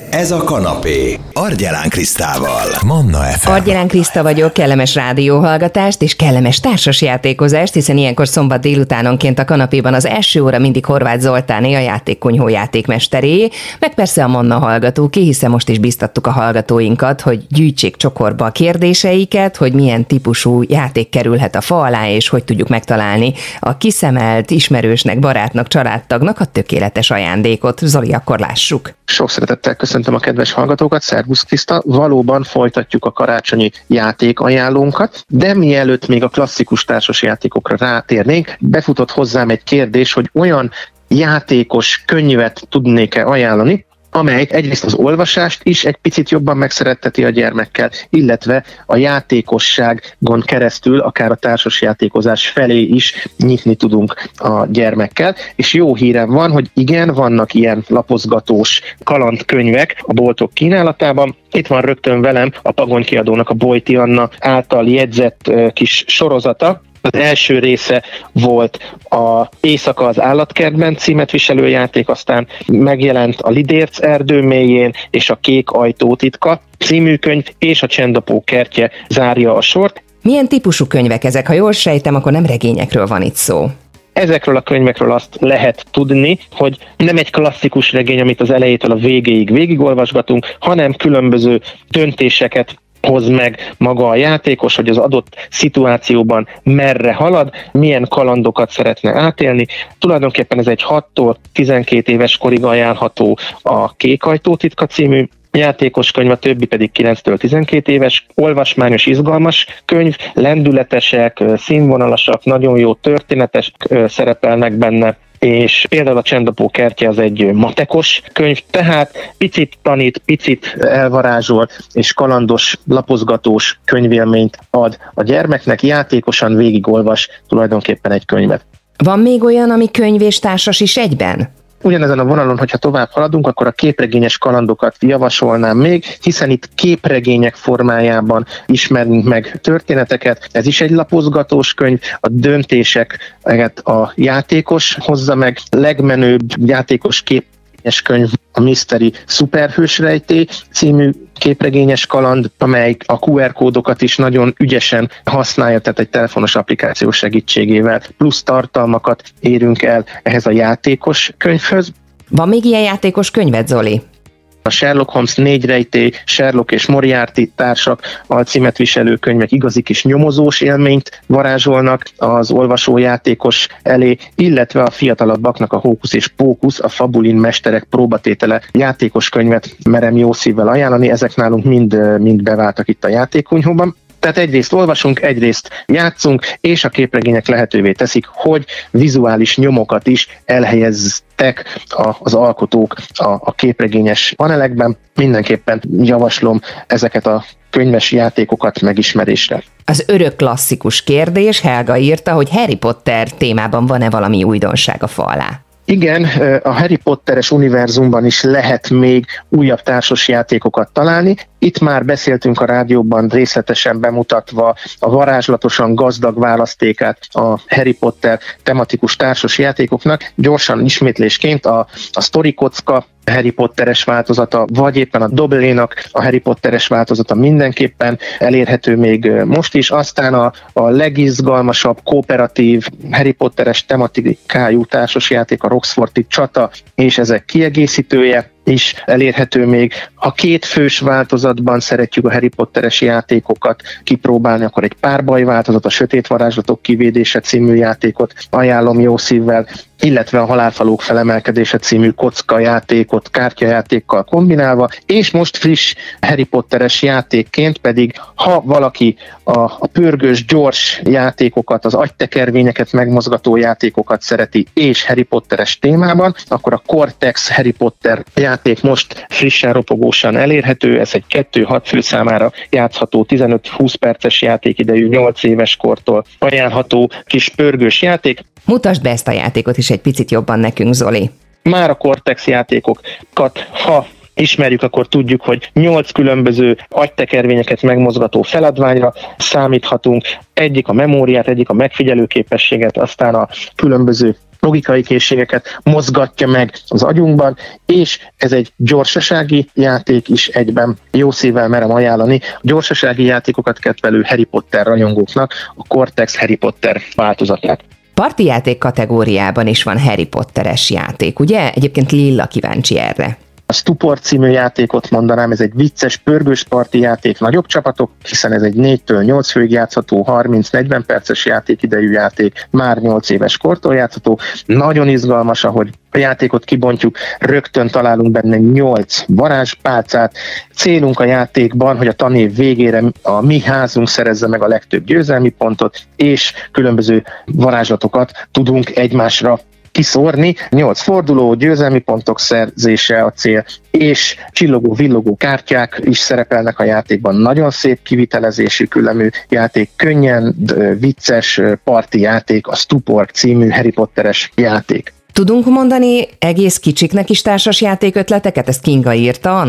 Ez a kanapé. Argyelán Krisztával. Manna FM. Argyelán Kriszta vagyok, kellemes rádióhallgatást és kellemes társasjátékozást, hiszen ilyenkor szombat délutánonként a kanapéban az első óra mindig Horváth Zoltáné, a játékkonyhó játékmesteré, meg persze a Manna hallgatóké, hiszen most is biztattuk a hallgatóinkat, hogy gyűjtsék csokorba a kérdéseiket, hogy milyen típusú játék kerülhet a fa alá, és hogy tudjuk megtalálni a kiszemelt, ismerősnek, barátnak, családtagnak a tökéletes ajándékot. Zoli, akkor lássuk. Sok szeretettel köszöntöm a kedves hallgatókat, szervusz Kriszta! Valóban folytatjuk a karácsonyi játékajánlónkat, de mielőtt még a klasszikus társasjátékokra rátérnénk, befutott hozzám egy kérdés, hogy olyan játékos könyvet tudnék-e ajánlani, amely egyrészt az olvasást is egy picit jobban megszeretteti a gyermekkel, illetve a játékosságon keresztül akár a társasjátékozás felé is nyitni tudunk a gyermekkel. És jó hírem van, hogy igen, vannak ilyen lapozgatós kalandkönyvek a boltok kínálatában. Itt van rögtön velem a Pagony kiadónak a Bojti Anna által jegyzett kis sorozata. Az első része volt a Éjszaka az állatkertben címet viselő játék, aztán megjelent a Lidérc erdő mélyén és a Kék ajtó titka című könyv, és a Csendapó kertje zárja a sort. Milyen típusú könyvek ezek? Ha jól sejtem, akkor nem regényekről van itt szó. Ezekről a könyvekről azt lehet tudni, hogy nem egy klasszikus regény, amit az elejétől a végéig végigolvasgatunk, hanem különböző döntéseket hoz meg maga a játékos, hogy az adott szituációban merre halad, milyen kalandokat szeretne átélni. Tulajdonképpen ez egy 6-tól 12 éves korig ajánlható a Kék ajtó titka című játékos könyv, a többi pedig 9-től 12 éves, olvasmányos, izgalmas könyv, lendületesek, színvonalasak, nagyon jó történetes szerepelnek benne, és például a Csendapó kertje az egy matekos könyv, tehát picit tanít, picit elvarázsol, és kalandos, lapozgatós könyvélményt ad a gyermeknek, játékosan végigolvas tulajdonképpen egy könyvet. Van még olyan, ami könyv és társas is egyben? Ugyanezen a vonalon, hogyha tovább haladunk, akkor a képregényes kalandokat javasolnám még, hiszen itt képregények formájában ismerünk meg történeteket. Ez is egy lapozgatós könyv, a döntéseket a játékos hozza meg. Legmenőbb játékos képregényes könyv a Mystery Szuperhősrejtély című képregényes kaland, amely a QR kódokat is nagyon ügyesen használja, tehát egy telefonos applikáció segítségével plusz tartalmakat érünk el ehhez a játékos könyvhöz. Van még ilyen játékos könyved, Zoli? A Sherlock Holmes 4 rejtély, Sherlock és Moriarty társak alcímet viselő könyvek igazi kis nyomozós élményt varázsolnak az olvasójátékos elé, illetve a fiatalabbaknak a Hókusz és Pókusz, a Fabulin mesterek próbatétele játékos könyvet merem jó szívvel ajánlani, ezek nálunk mind beváltak itt a játékkonyhóban. Tehát egyrészt olvasunk, egyrészt játszunk, és a képregények lehetővé teszik, hogy vizuális nyomokat is elhelyeztek az alkotók a képregényes panelekben. Mindenképpen javaslom ezeket a könyves játékokat megismerésre. Az örök klasszikus kérdés, Helga írta, hogy Harry Potter témában van-e valami újdonság a fa alá? Igen, a Harry Potteres univerzumban is lehet még újabb társasjátékokat találni. Itt már beszéltünk a rádióban részletesen bemutatva a varázslatosan gazdag választékát a Harry Potter tematikus társasjátékoknak. Gyorsan ismétlésként a Storykocka Harry Potteres változata, vagy éppen a Doblénak a Harry Potteres változata mindenképpen elérhető még most is. Aztán a legizgalmasabb, kooperatív Harry Potteres tematikájú társasjáték, a Roxforti csata, és ezek kiegészítője is elérhető még. Ha 2 fős változatban szeretjük a Harry Potteres játékokat kipróbálni, akkor egy párbaj változat, a Sötét varázslatok kivédése című játékot ajánlom jó szívvel, illetve a Halálfalók felemelkedése című kockajátékot kártyajátékkal kombinálva, és most friss Harry Potteres játékként pedig, ha valaki a pörgős, gyors játékokat, az agytekervényeket megmozgató játékokat szereti, és Harry Potteres témában, akkor a Cortex Harry Potter játék most frissen, ropogósan elérhető, ez egy 2-6 fő számára játszható, 15-20 perces játékidejű, 8 éves kortól ajánlható kis pörgős játék. Mutasd be ezt a játékot is egy picit jobban nekünk, Zoli. Már a Cortex játékokat, ha ismerjük, akkor tudjuk, hogy 8 különböző agytekervényeket megmozgató feladványra számíthatunk. Egyik a memóriát, egyik a megfigyelő képességet, aztán a különböző logikai készségeket mozgatja meg az agyunkban, és ez egy gyorsasági játék is egyben. Jó szívvel merem ajánlani a gyorsasági játékokat kedvelő Harry Potter rajongóknak a Cortex Harry Potter változatát. Parti játék kategóriában is van Harry Potteres játék, ugye? Egyébként Lilla kíváncsi erre. A Stupor című játékot mondanám, ez egy vicces, pörgős parti játék nagyobb csapatok, hiszen ez egy 4-től 8 főig játszható, 30-40 perces játékidejű játék, már 8 éves kortól játszható. Nagyon izgalmas, ahogy a játékot kibontjuk, rögtön találunk benne 8 varázspálcát. Célunk a játékban, hogy a tanév végére a mi házunk szerezze meg a legtöbb győzelmi pontot, és különböző varázslatokat tudunk egymásra kiszórni. 8 forduló, győzelmi pontok szerzése a cél, és csillogó-villogó kártyák is szerepelnek a játékban. Nagyon szép kivitelezésű, küllemű játék, könnyen vicces parti játék, a Stupor című Harry Potteres játék. Tudunk mondani egész kicsiknek is társas játékötleteket? Ezt Kinga írta a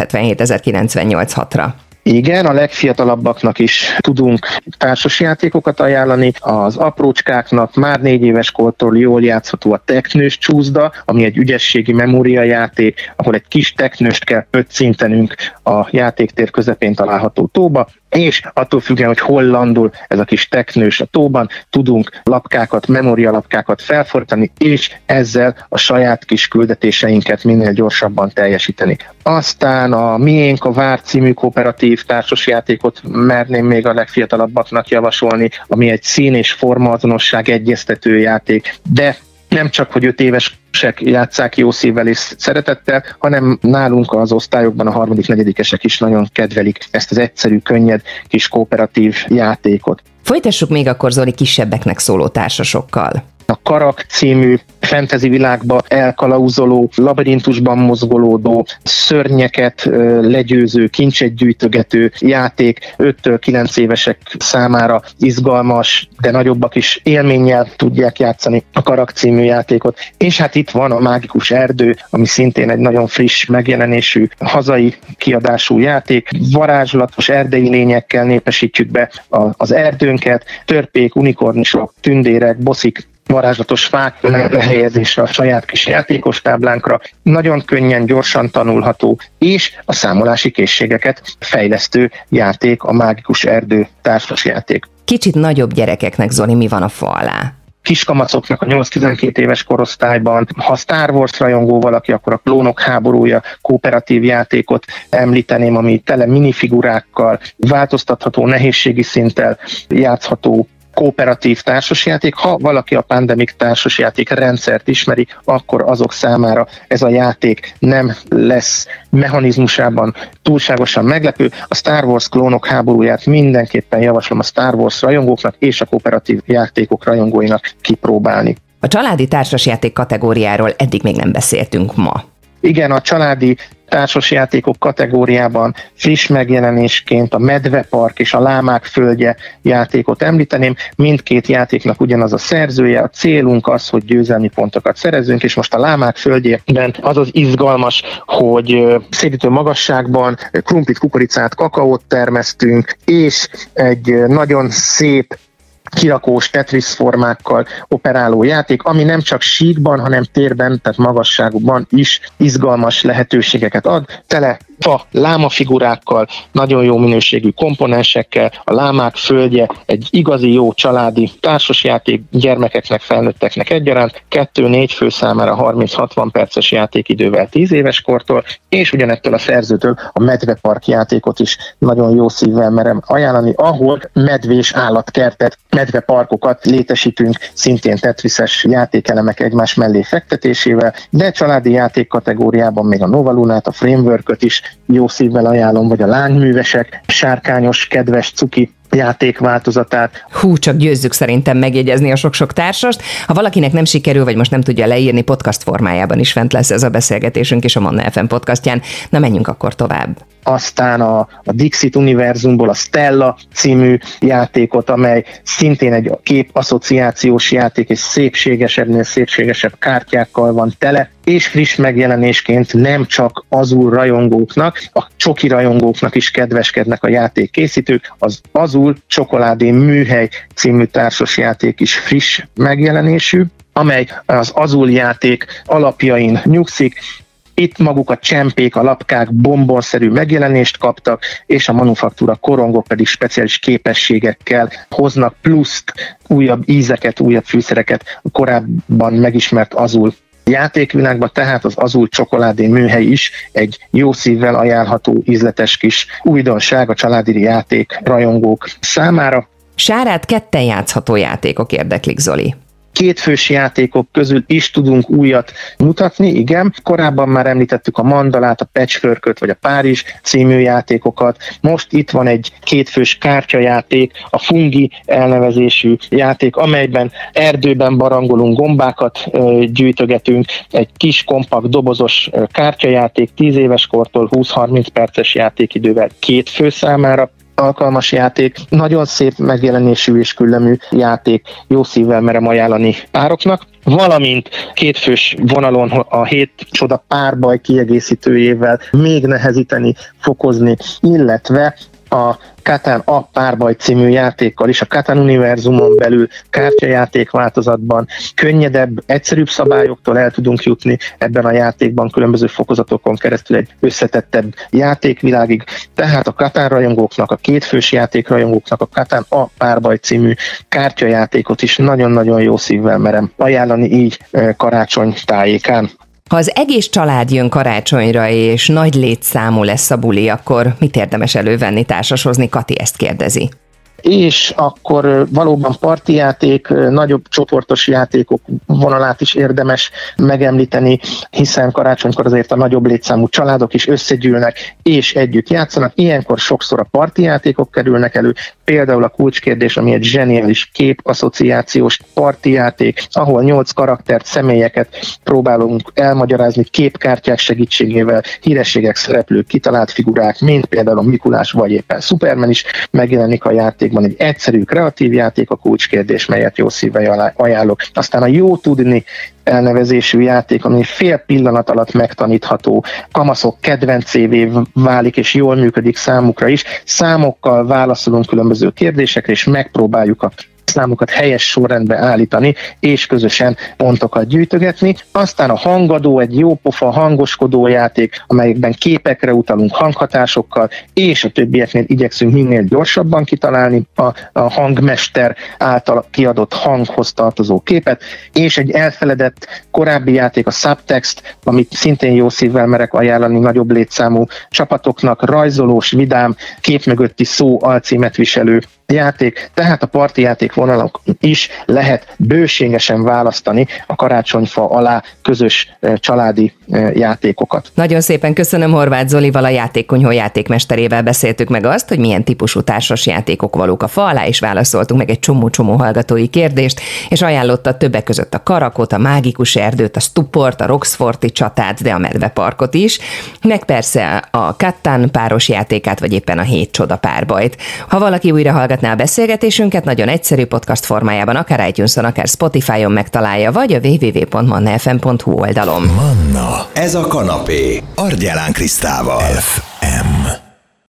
0677 Igen, a legfiatalabbaknak is tudunk társasjátékokat ajánlani. Az aprócskáknak már 4 éves kortól jól játszható a teknős csúszda, ami egy ügyességi memóriajáték, ahol egy kis teknőst kell pöccintenünk a játéktér közepén található tóba, és attól függően, hogy hol landul ez a kis teknős a tóban, tudunk lapkákat, memórialapkákat felfordítani, és ezzel a saját kis küldetéseinket minél gyorsabban teljesíteni. Aztán a Miénk a Vár című kooperatív társasjátékot merném még a legfiatalabbaknak javasolni, ami egy szín- és formaazonosság egyeztető játék, de nem csak, hogy 5 évesek játsszák jó szívvel és szeretettel, hanem nálunk az osztályokban a 3.-4. is nagyon kedvelik ezt az egyszerű, könnyed kis kooperatív játékot. Folytassuk még akkor, Zoli, kisebbeknek szóló társasokkal. A Karak című fantasy világba elkalauzoló, labirintusban mozgolódó, szörnyeket legyőző, kincset gyűjtögető játék, 5-től 9 évesek számára izgalmas, de nagyobbak is élménnyel tudják játszani a Karak című játékot. És hát itt van a Mágikus Erdő, ami szintén egy nagyon friss megjelenésű, hazai kiadású játék. Varázslatos erdei lényekkel népesítjük be az erdőnket, törpék, unikornisok, tündérek, boszik, varázslatos fák lehelyezésre a saját kis játékos táblánkra, nagyon könnyen, gyorsan tanulható, és a számolási készségeket fejlesztő játék, a Mágikus Erdő társasjáték. Kicsit nagyobb gyerekeknek, Zoli, mi van a fa alá? Kiskamacoknak a 8-12 éves korosztályban, ha Star Wars rajongó valaki, akkor a Klónok háborúja kooperatív játékot említeném, ami tele minifigurákkal, változtatható nehézségi szinttel játszható kooperatív társasjáték. Ha valaki a Pandemic társasjáték rendszert ismeri, akkor azok számára ez a játék nem lesz mechanizmusában túlságosan meglepő. A Star Wars Klónok háborúját mindenképpen javaslom a Star Wars rajongóknak és a kooperatív játékok rajongóinak kipróbálni. A családi társasjáték kategóriáról eddig még nem beszéltünk ma. Igen, a családi társasjátékok kategóriában friss megjelenésként a Medvepark és a Lámák földje játékot említeném. Mindkét játéknak ugyanaz a szerzője, a célunk az, hogy győzelmi pontokat szerezzünk, és most a Lámák földjében az az izgalmas, hogy szédítő magasságban krumplit, kukoricát, kakaót termesztünk, és egy nagyon szép kirakós Tetris formákkal operáló játék, ami nem csak síkban, hanem térben, tehát magasságban is izgalmas lehetőségeket ad. Tele a lámafigurákkal, nagyon jó minőségű komponensekkel, a Lámák földje egy igazi jó családi társasjáték, gyermekeknek, felnőtteknek egyaránt, 2-4 fő számára 30-60 perces játékidővel 10 éves kortól, és ugyanettől a szerzőtől a Medvepark játékot is nagyon jó szívvel merem ajánlani, ahol medvés állatkertet, medveparkokat létesítünk, szintén tetrises játékelemek egymás mellé fektetésével, de családi játék kategóriában még a Nova Lunát, a Frameworköt is jó szívvel ajánlom, vagy a Lányművesek, sárkányos, kedves, cuki játékváltozatát. Hú, csak győzzük szerintem megjegyezni a sok-sok társast. Ha valakinek nem sikerül, vagy most nem tudja leírni, podcast formájában is fent lesz ez a beszélgetésünk is a Manna FM podcastján. Na, menjünk akkor tovább. Aztán a Dixit univerzumból a Stella című játékot, amely szintén egy képasszociációs játék, és szépségesebbnél szépségesebb kártyákkal van tele, és friss megjelenésként nem csak Azul rajongóknak, a csoki rajongóknak is kedveskednek a játékkészítők. Az Azul Csokoládé Műhely című társasjáték is friss megjelenésű, amely az Azul játék alapjain nyugszik. Itt maguk a csempék, a lapkák bombonszerű megjelenést kaptak, és a manufaktúra korongok pedig speciális képességekkel hoznak pluszt, újabb ízeket, újabb fűszereket a korábban megismert Azul játékvilágban, tehát az Azul csokoládé műhely is egy jó szívvel ajánlható ízletes kis újdonság a családi játék rajongók számára. Sárát ketten játszható játékok érdeklik, Zoli. Kétfős játékok közül is tudunk újat mutatni, igen. Korábban már említettük a Mandalát, a Patchworköt vagy a Párizs című játékokat. Most itt van egy kétfős kártyajáték, a Fungi elnevezésű játék, amelyben erdőben barangolunk, gombákat gyűjtögetünk. Egy kis kompakt dobozos kártyajáték, 10 éves kortól 20-30 perces játékidővel 2 fő számára alkalmas játék, nagyon szép megjelenésű és küllemű játék, jó szívvel merem ajánlani pároknak, valamint kétfős vonalon a 7 csoda párbaj kiegészítőjével még nehezíteni, fokozni, illetve a Catan a párbaj című játékkal is a Catan univerzumon belül kártyajáték változatban könnyedebb, egyszerűbb szabályoktól el tudunk jutni ebben a játékban különböző fokozatokon keresztül egy összetettebb játékvilágig. Tehát a Catan rajongóknak, a kétfős játékrajongóknak a Catan a párbaj című kártyajátékot is nagyon-nagyon jó szívvel merem ajánlani így karácsony tájékán. Ha az egész család jön karácsonyra, és nagy létszámú lesz a buli, akkor mit érdemes elővenni, társashozni? Kati ezt kérdezi. És akkor valóban partijáték, nagyobb csoportos játékok vonalát is érdemes megemlíteni, hiszen karácsonykor azért a nagyobb létszámú családok is összegyűlnek és együtt játszanak. Ilyenkor sokszor a partijátékok kerülnek elő, például a Kulcskérdés, ami egy zseniális képasszociációs partijáték, ahol 8 karaktert, személyeket próbálunk elmagyarázni képkártyák segítségével, hírességek, szereplők, kitalált figurák, mint például a Mikulás vagy éppen Superman is megjelenik a játékban. Egy egyszerű, kreatív játék, a Kulcskérdés, melyet jó szívvel ajánlok. Aztán a Jó tudni elnevezésű játék, ami fél pillanat alatt megtanítható, kamaszok kedvencévé válik, és jól működik számukra is. Számokkal válaszolunk különböző kérdésekre, és megpróbáljuk a számokat helyes sorrendbe állítani, és közösen pontokat gyűjtögetni. Aztán a Hangadó, egy jópofa hangoskodó játék, amelyekben képekre utalunk hanghatásokkal, és a többieknél igyekszünk minél gyorsabban kitalálni a hangmester által kiadott hanghoz tartozó képet, és egy elfeledett korábbi játék, a Subtext, amit szintén jó szívvel merek ajánlani nagyobb létszámú csapatoknak, rajzolós, vidám, kép mögötti szó alcímet viselő játék, tehát a partijáték vonalak is lehet bőségesen választani a karácsonyfa alá közös családi játékokat. Nagyon szépen köszönöm, Horváth Zolival, a Játékkonyhó játékmesterével beszéltük meg azt, hogy milyen típusú társas játékok valók a fa alá, és válaszoltunk meg egy csomó hallgatói kérdést, és ajánlotta többek között a Karakot, a Mágikus erdőt, a Stuport, a Roxforti csatát, de a Medveparkot is, meg persze a Catan páros játékát, vagy éppen a 7 csoda párbajt. Ha valaki újra hallgatná a beszélgetésünket, nagyon egyszerű podcast formájában, akár iTunes-on, akár Spotify-on megtalálja, vagy a www.mannafm.hu oldalon. Manna, ez a kanapé, Argyelán Krisztával.